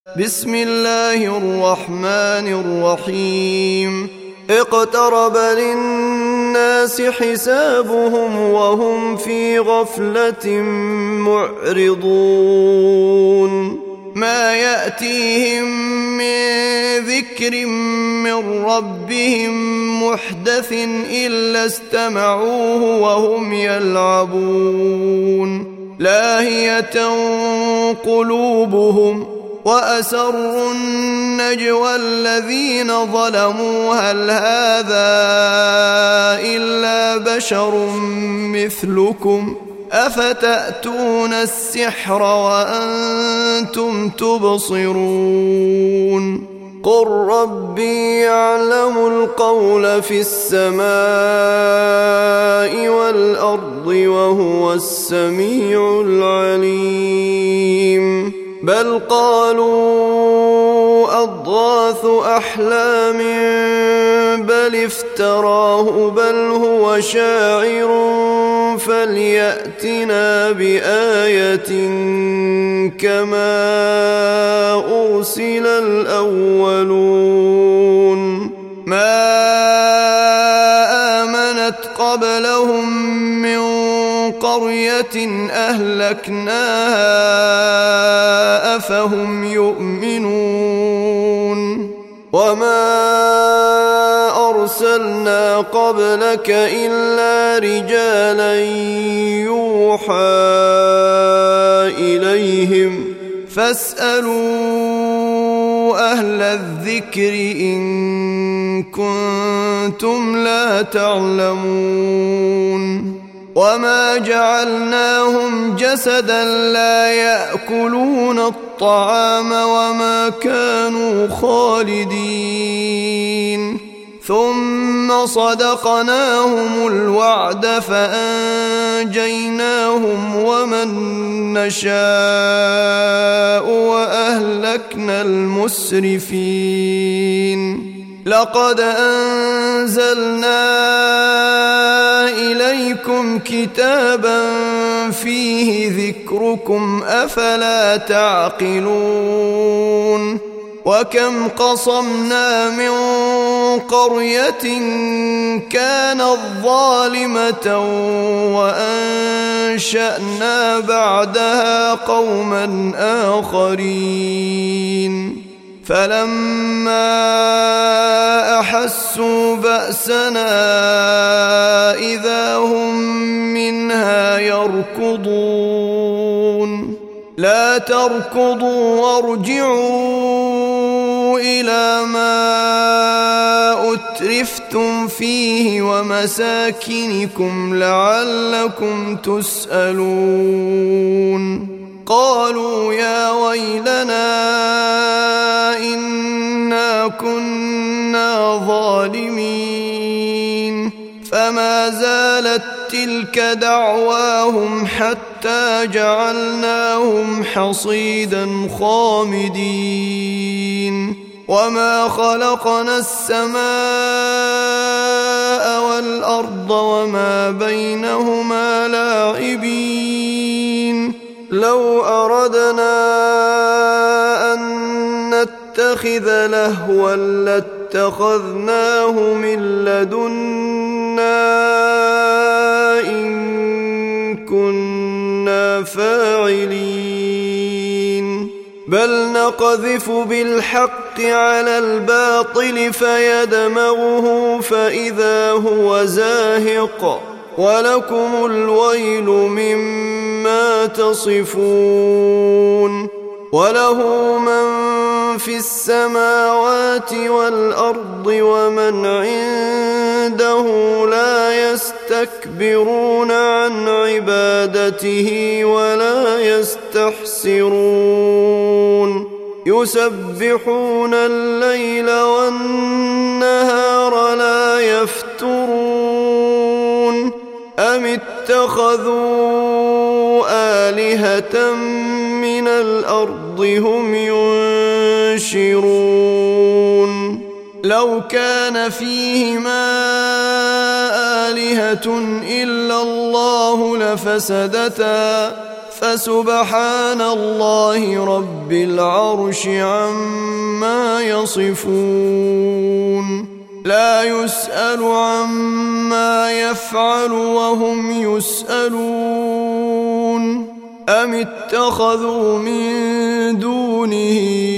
بسم الله الرحمن الرحيم اقترب للناس حسابهم وهم في غفلة معرضون ما يأتيهم من ذكر من ربهم محدث إلا استمعوه وهم يلعبون لاهية قلوبهم وأسروا النجوى الذين ظلموا هل هذا إلا بشر مثلكم أفتأتون السحر وأنتم تبصرون قل ربي يعلم القول في السماء والأرض وهو السميع العليم بل قالوا أضغاث أحلام بل افتراه بل هو شاعر فليأتنا بآية كما أرسل الأولون ما آمنت قبلهم من قرية أهلكناها أفهم يؤمنون وما أرسلنا قبلك إلا رجالا يوحى إليهم فاسألوا أهل الذكر إن كنتم لا تعلمون وما جعلناهم جسدا لا يأكلون الطعام وما كانوا خالدين ثم صدقناهم الوعد فأنجيناهم ومن نشاء وأهلكنا المسرفين لقد أنزلنا إليكم كتابا فيه ذكركم أفلا تعقلون وكم قصمنا من قرية كانت ظالمة وأنشأنا بعدها قوما آخرين فلما أحسوا بأسنا إذا هم منها يركضون لا تركضوا وارجعوا إلى ما أترفتم فيه ومساكنكم لعلكم تسألون قالوا يا ويلنا إنا كنا ظالمين فما زالت تلك دعواهم حتى جعلناهم حصيدا خامدين وما خلقنا السماء والأرض وما بينهما لاعبين لو أردنا أن نتخذ لهوا لاتخذناه من لدنا إن كنا فاعلين بل نقذف بالحق على الباطل فيدمغه فإذا هو زاهق ولكم الويل مما تصفون وله من في السماوات والأرض ومن عنده لا يستكبرون عن عبادته ولا يستحسرون يسبحون الليل والنهار لا يفترون أم اتخذوا آلهة من الأرض هم ينشرون لو كان فيهما آلهة إلا الله لفسدتا فسبحان الله رب العرش عما يصفون لا يسأل عما يفعل وهم يسألون أم اتخذوا من دونه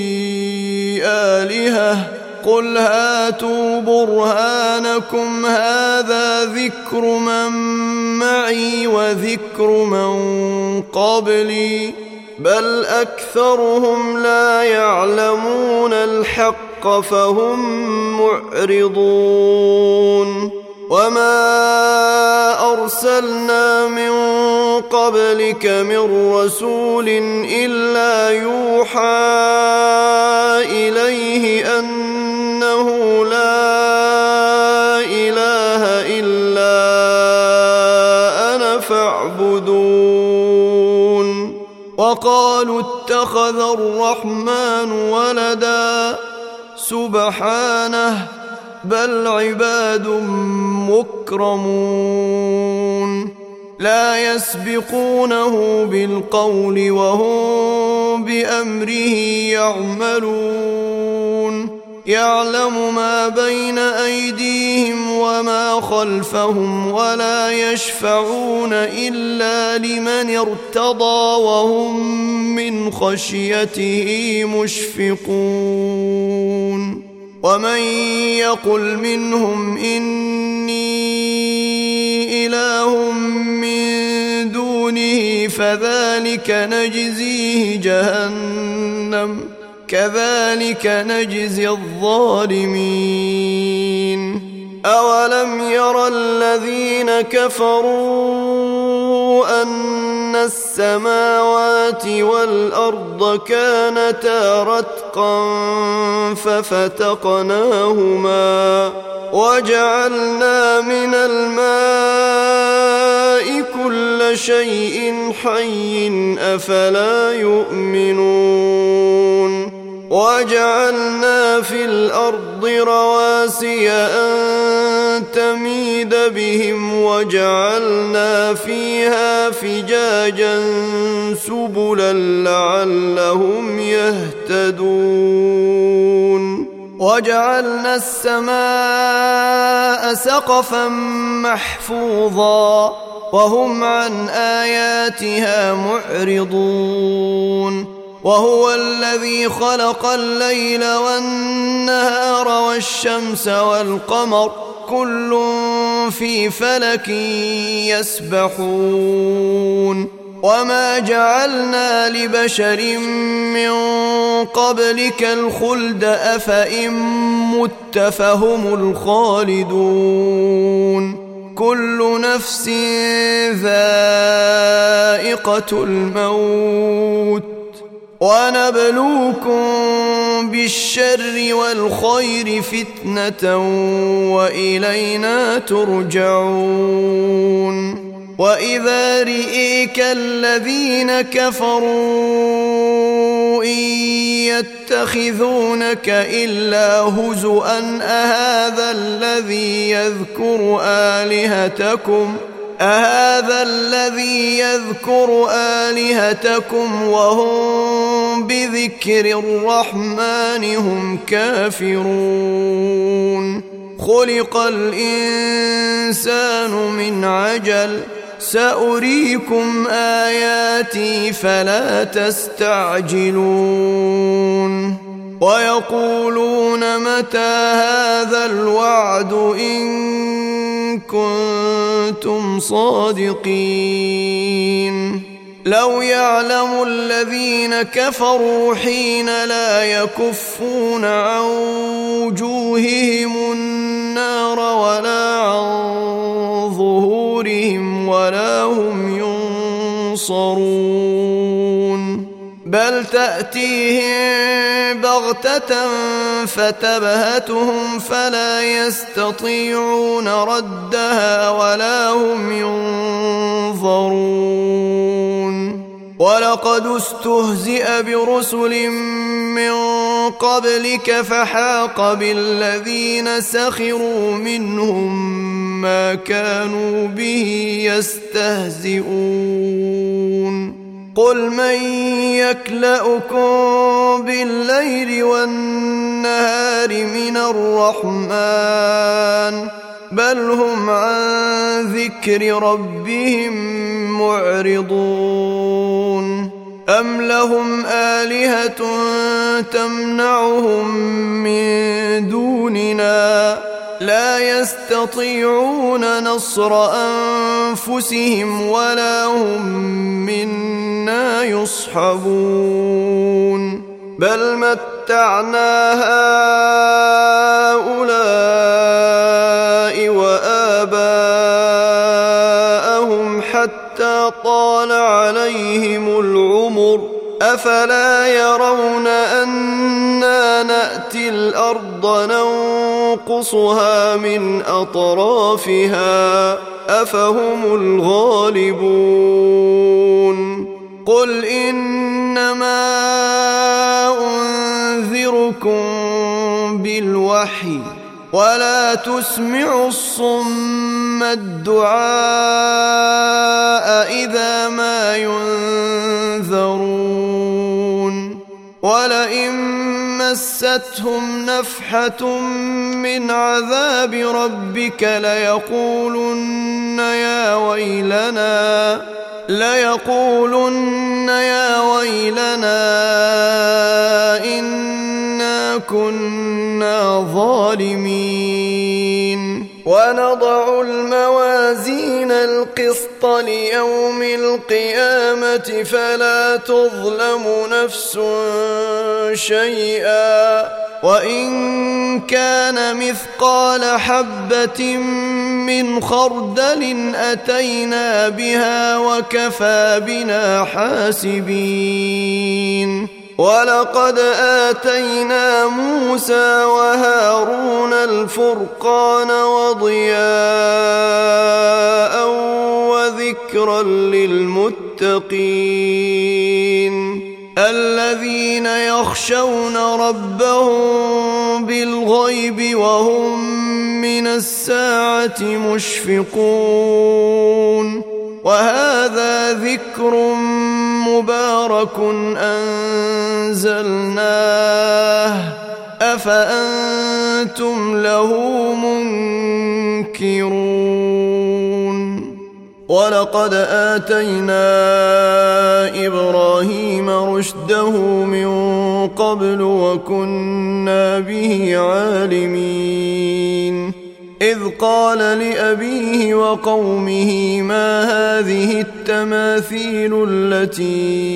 آلهة قل هاتوا برهانكم هذا ذكر من معي وذكر من قبلي بل أكثرهم لا يعلمون الحق فهم معرضون وما أرسلنا من قبلك من رسول إلا يوحى إليه أنه لا إله إلا أنا فاعبدون وقالوا اتخذ الرحمن ولدا سبحانه بل عباد مكرمون لا يسبقونه بالقول وهم بأمره يعملون يعلم ما بين أيديهم وما خلفهم ولا يشفعون إلا لمن ارتضى وهم من خشيته مشفقون ومن يقل منهم إني إله من دونه فذلك نجزيه جهنم كذلك نجزي الظالمين أولم ير الذين كفروا أن السماوات والأرض كانتا رتقا ففتقناهما وجعلنا من الماء كل شيء حي أفلا يؤمنون وجعلنا في الأرض رواسي أن تميد بهم وجعلنا فيها فجاجا سبلا لعلهم يهتدون وجعلنا السماء سقفا محفوظا وهم عن آياتها معرضون وهو الذي خلق الليل والنهار والشمس والقمر كل في فلك يسبحون وما جعلنا لبشر من قبلك الخلد أفإن مت فهم الخالدون كل نفس ذائقة الموت ونبلوكم بالشر والخير فتنة وإلينا ترجعون وإذا رئيك الذين كفروا إن يتخذونك إلا هزؤا أهذا الذي يذكر آلهتكم وهم بذكر الرحمن هم كافرون خلق الإنسان من عجل سأريكم آياتي فلا تستعجلون ويقولون متى هذا الوعد إن كنتم صادقين لو يعلم الذين كفروا حين لا يكفون عن وجوههم النار ولا عن ظهورهم ولا هم ينصرون بل تأتيهم بغتة فتبهتهم فلا يستطيعون ردها ولا هم ينظرون ولقد استهزئ برسل من قبلك فحاق بالذين سخروا منهم ما كانوا به يستهزئون قل من يكلؤكم بالليل والنهار من الرحمن بل هم عن ذكر ربهم معرضون أم لهم آلهة تمنعهم من دوننا لا يستطيعون نصر أنفسهم ولا هم منا يصحبون بل متعنا هؤلاء وآباءهم حتى طال عليهم العمر أفلا يرون أنا نأتي الأرض ننقصها من أطرافها أفهم الغالبون قل إنما أنذركم بالوحي ولا تسمع الصم الدعاء إذا ما ينذرون ولئن مستهم نفحة من عذاب ربك ليقولن يا ويلنا إنا كنا ظالمين ونضع الموازين القسط ليوم القيامة فلا تظلم نفس شيئا وإن كان مثقال حبة من خردل أتينا بها وكفى بنا حاسبين ولقد آتينا موسى وهارون الفرقان وضياء وذكرا للمتقين الذين يخشون ربهم بالغيب وهم من الساعة مشفقون وهذا ذكر مبارك أنزلناه أفأنتم له منكرون ولقد آتينا إبراهيم رشده من قبل وكنا به عالمين إذ قال لأبيه وقومه ما هذه التماثيل التي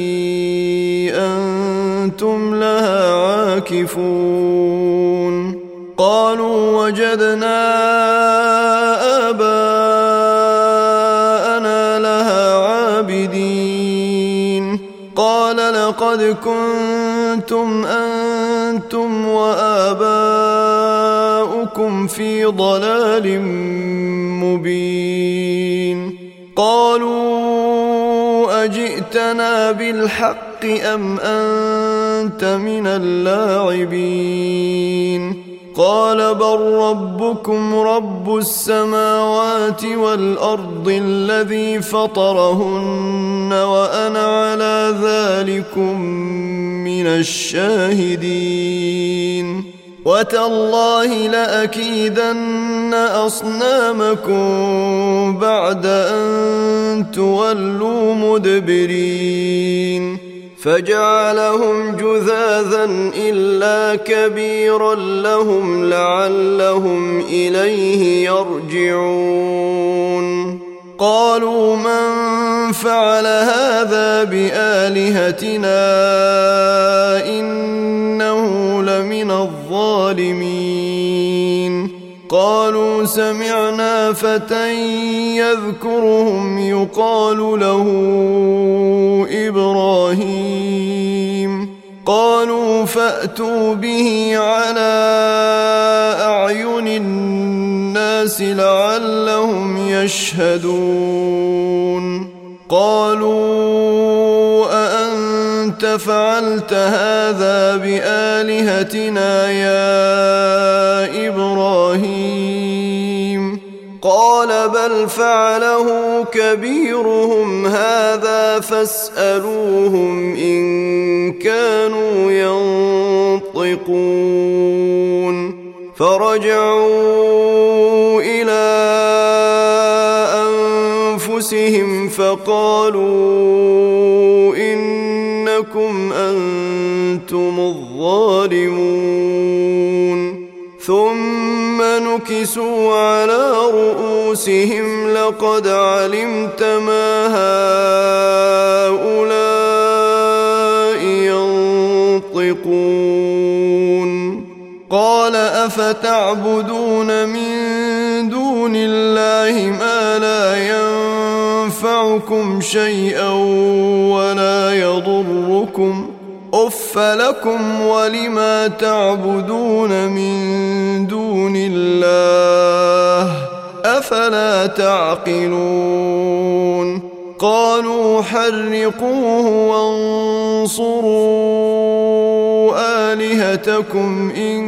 أنتم لها عاكفون قالوا وجدنا آباءنا لها عابدين قال لقد كنتم أنتم وآباؤكم في ضلال مبين قالوا أجئتنا بالحق أم أنت من اللاعبين قال بل ربكم رب السماوات والأرض الذي فطرهن وأنا على ذلكم من الشاهدين وتالله لأكيدن أصنامكم بعد أن تولوا مدبرين فجعلهم جذاذا إلا كبيرا لهم لعلهم إليه يرجعون قالوا من فعل هذا بآلهتنا إنه لمن الظالمين قالوا سمعنا فتى يذكرهم يقال له إبراهيم قالوا فأتوا به على أعين الناس لعلهم يشهدون قالوا أأنت فعلت هذا بآلهتنا يا إبراهيم قال بل بل فعله كبيرهم هذا فاسألوهم إن كانوا ينطقون فرجعوا إلى أنفسهم فقالوا إنكم أنتم الظالمون ثم نكسوا على رؤوسهم لقد علمت ما هؤلاء ينطقون قال أفتعبدون من دون الله ما لا ينفعكم شيئا ولا يضركم أف لكم ولما تعبدون من دون الله أفلا تعقلون قالوا حرقوه وانصروا آلهتكم إن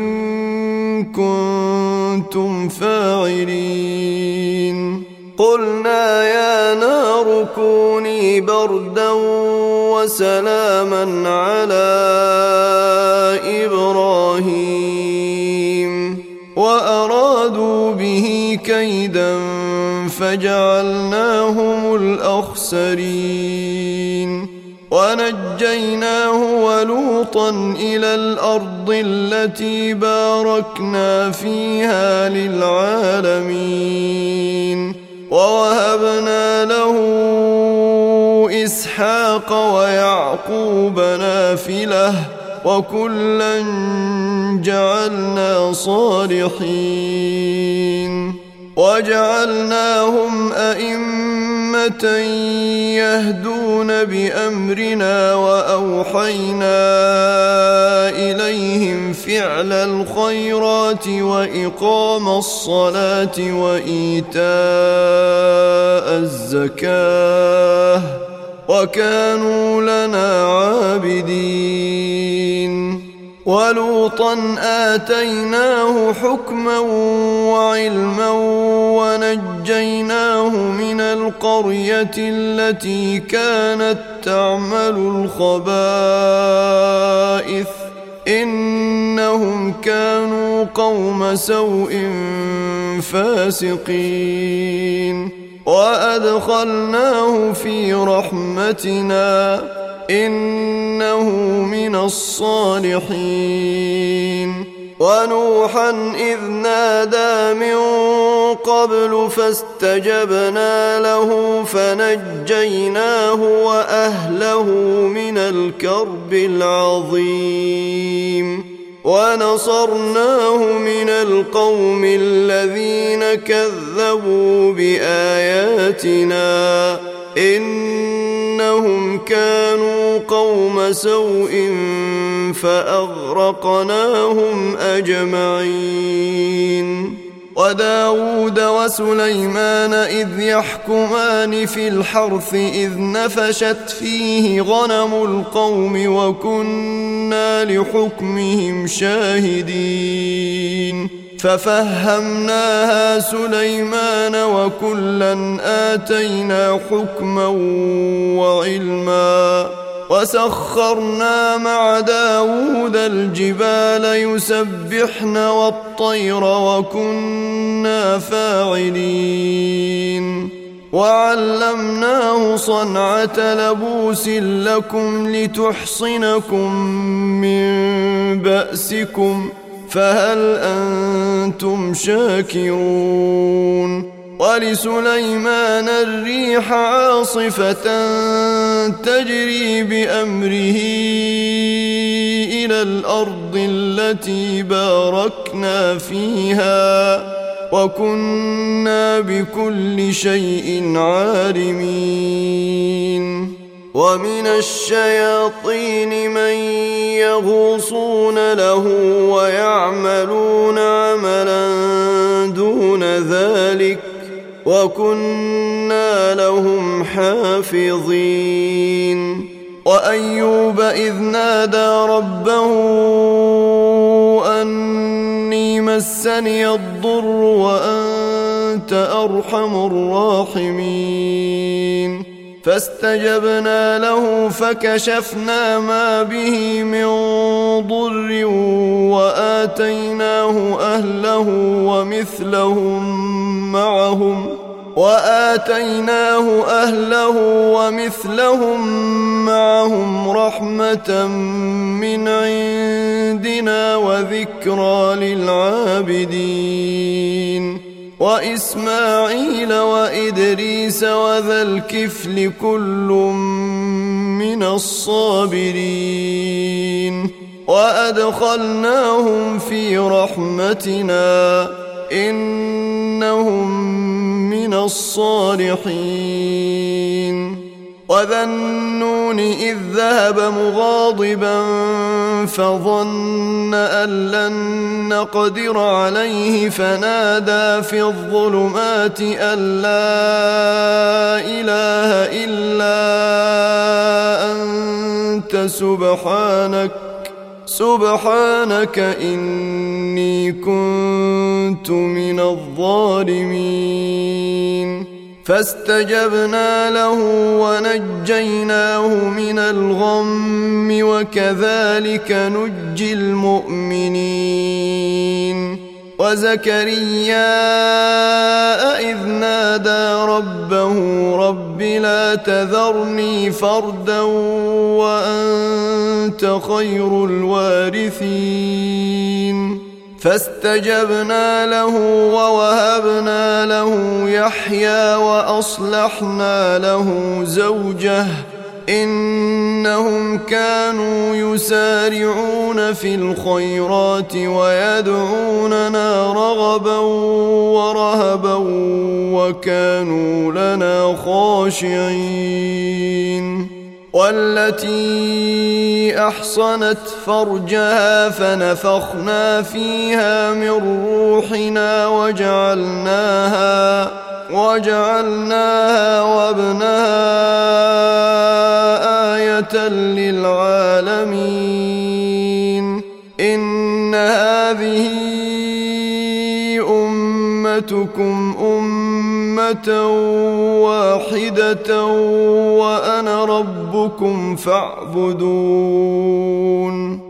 كنتم فاعلين قلنا يا نار كوني بردا وسلاما على إبراهيم وأرادوا به كيدا فجعلناهم الأخسرين ونجيناه ولوطا إلى الأرض التي باركنا فيها للعالمين ووهبنا له إسحاق ويعقوب نافلة وكلا جعلنا صالحين وجعلناهم أئمة يهدون بأمرنا وأوحينا إليهم فعل الخيرات وإقام الصلاة وإيتاء الزكاة وكانوا لنا عابدين ولوطا آتيناه حكما وعلما ونجيناه من القرية التي كانت تعمل الخبائث إنهم كانوا قوم سوء فاسقين وأدخلناه في رحمتنا إنه من الصالحين ونوحا إذ نادى من قبل فاستجبنا له فنجيناه وأهله من الكرب العظيم ونصرناه من القوم الذين كذبوا بآياتنا إنهم كانوا قوم سوء فأغرقناهم أجمعين وداود وسليمان إذ يحكمان في الحرث إذ نفشت فيه غنم القوم وكنا لحكمهم شاهدين ففهمناها سليمان وكلا آتينا حكما وعلما وسخرنا مع داود الجبال يسبحن والطير وكنا فاعلين وعلمناه صنعة لبوس لكم لتحصنكم من بأسكم فهل أنتم شاكرون ولسليمان الريح عاصفة تجري بأمره إلى الأرض التي باركنا فيها وكنا بكل شيء عالمين ومن الشياطين من يغوصون له ويعملون عملا دون ذلك وكنا لهم حافظين وأيوب إذ نادى ربه أني مسني الضر وأنت وأنت أرحم الراحمين. فاستجبنا له فكشفنا ما به من ضر وآتيناه أهله ومثلهم معهم رحمة من عندنا وذكرى للعابدين. وإسماعيل وإدريس وذا الكفل كل من الصابرين. وأدخلناهم في رحمتنا إنهم من الصالحين. وذا النون إذ ذهب مغاضبا فظن أن لن نقدر عليه فنادى في الظلمات أن لا إله إلا أنت سبحانك إني كنت من الظالمين. فاستجبنا له ونجيناه من الغم وكذلك نجي المؤمنين. وزكريا إذ نادى ربه رب لا تذرني فردا وأنت خير الوارثين. فاستجبنا له ووهبنا له يحيى وأصلحنا له زوجه إنهم كانوا يسارعون في الخيرات ويدعوننا رغبا ورهبا وكانوا لنا خاشعين. والتي أحصنت فرجها فنفخنا فيها من روحنا وجعلناها وابنها آية للعالمين. إن هذه أمتكم أمة واحدة وأنا ربكم فاعبدون.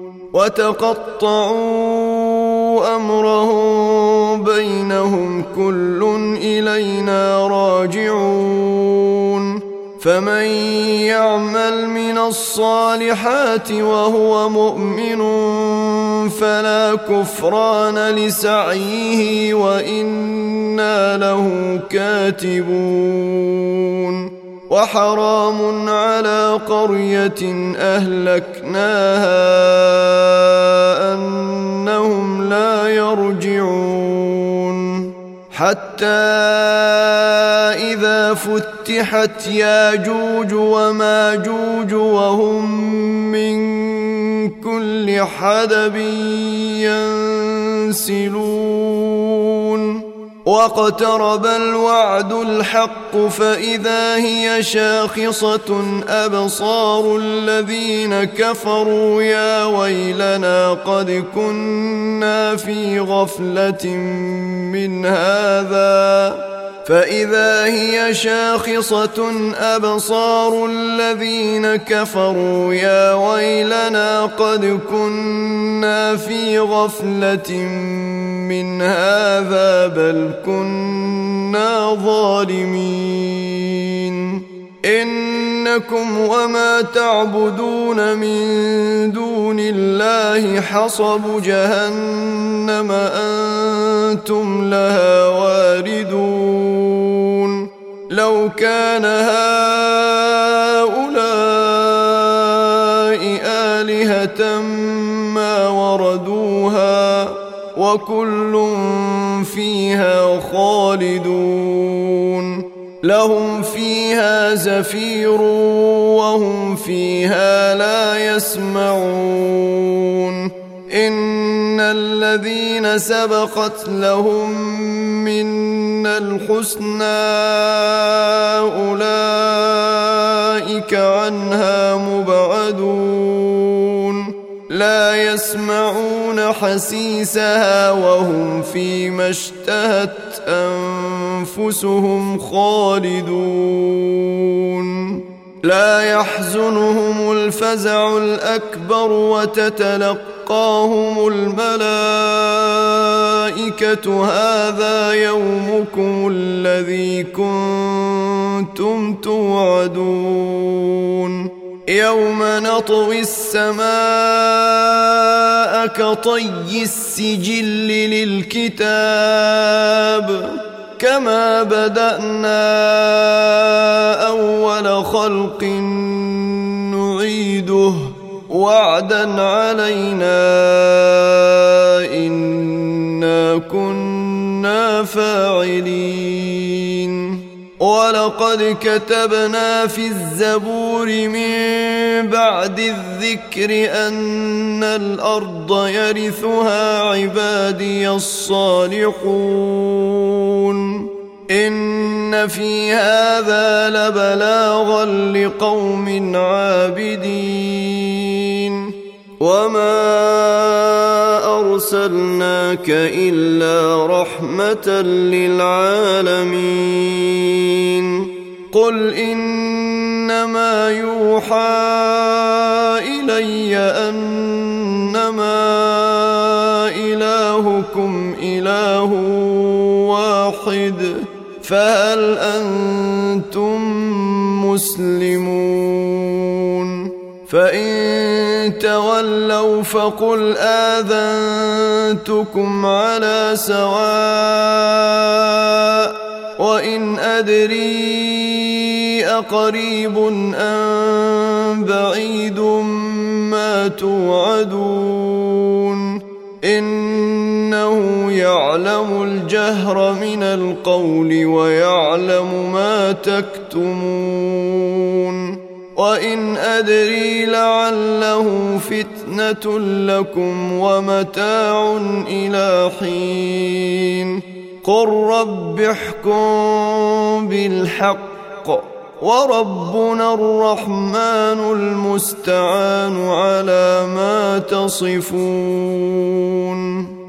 وتقطعوا أمرهم بينهم كل إلينا راجعون. فمن يعمل من الصالحات وهو مؤمن فلا كفران لسعيه وإنا له كاتبون. وحرام على قرية أهلكناها أنهم لا يرجعون. حتى إذا فتحت ياجوج وماجوج وهم من كل حدب ينسلون. واقترب الوعد الحق فإذا هي شاخصة أبصار الذين كفروا يا ويلنا قد كنا في غفلة من هذا. فإذا هي شاخصة أبصار الذين كفروا يا ويلنا قد كنا في غفلة من هذا بل كنا ظالمين. إنكم وما تعبدون من دون الله حصب جهنم أنتم لها واردون. لو كان هؤلاء آلهة ما وردوها وكل فيها خالدون. لهم فيها زفير وهم فيها لا يسمعون. إن الذين سبقت لهم منا الحسنى أولئك عنها مبعدون. لا يسمعون حسيسها وهم فيما اشتهت أنفسهم أنفسهم خالدون لا يحزنهم الفزع الأكبر وتتلقاهم الملائكة هذا يومكم الذي كنتم توعدون يوم نطوي السماء كطي السجل للكتاب كما بدأنا أول خلق نعيده وعدا علينا إنا كنا فاعلين ولقد كتبنا في الزبور من بعد الذكر أن الأرض يرثها عبادي الصالحون إن في هذا لبلاغا لقوم عابدين وما أرسلناك إلا رحمة للعالمين قل إنما يوحى إلي أنما إلهكم إله واحد فهل أنتم مسلمون فإن تولوا فقل آذنتكم على سواء وإن أدري أقريب أم بعيد ما توعدون إنه يعلم الجهر من القول ويعلم ما تكتمون وإن أدري لعله فتنة لكم ومتاع إلى حين قل رب احكم بالحق وربنا الرحمن المستعان على ما تصفون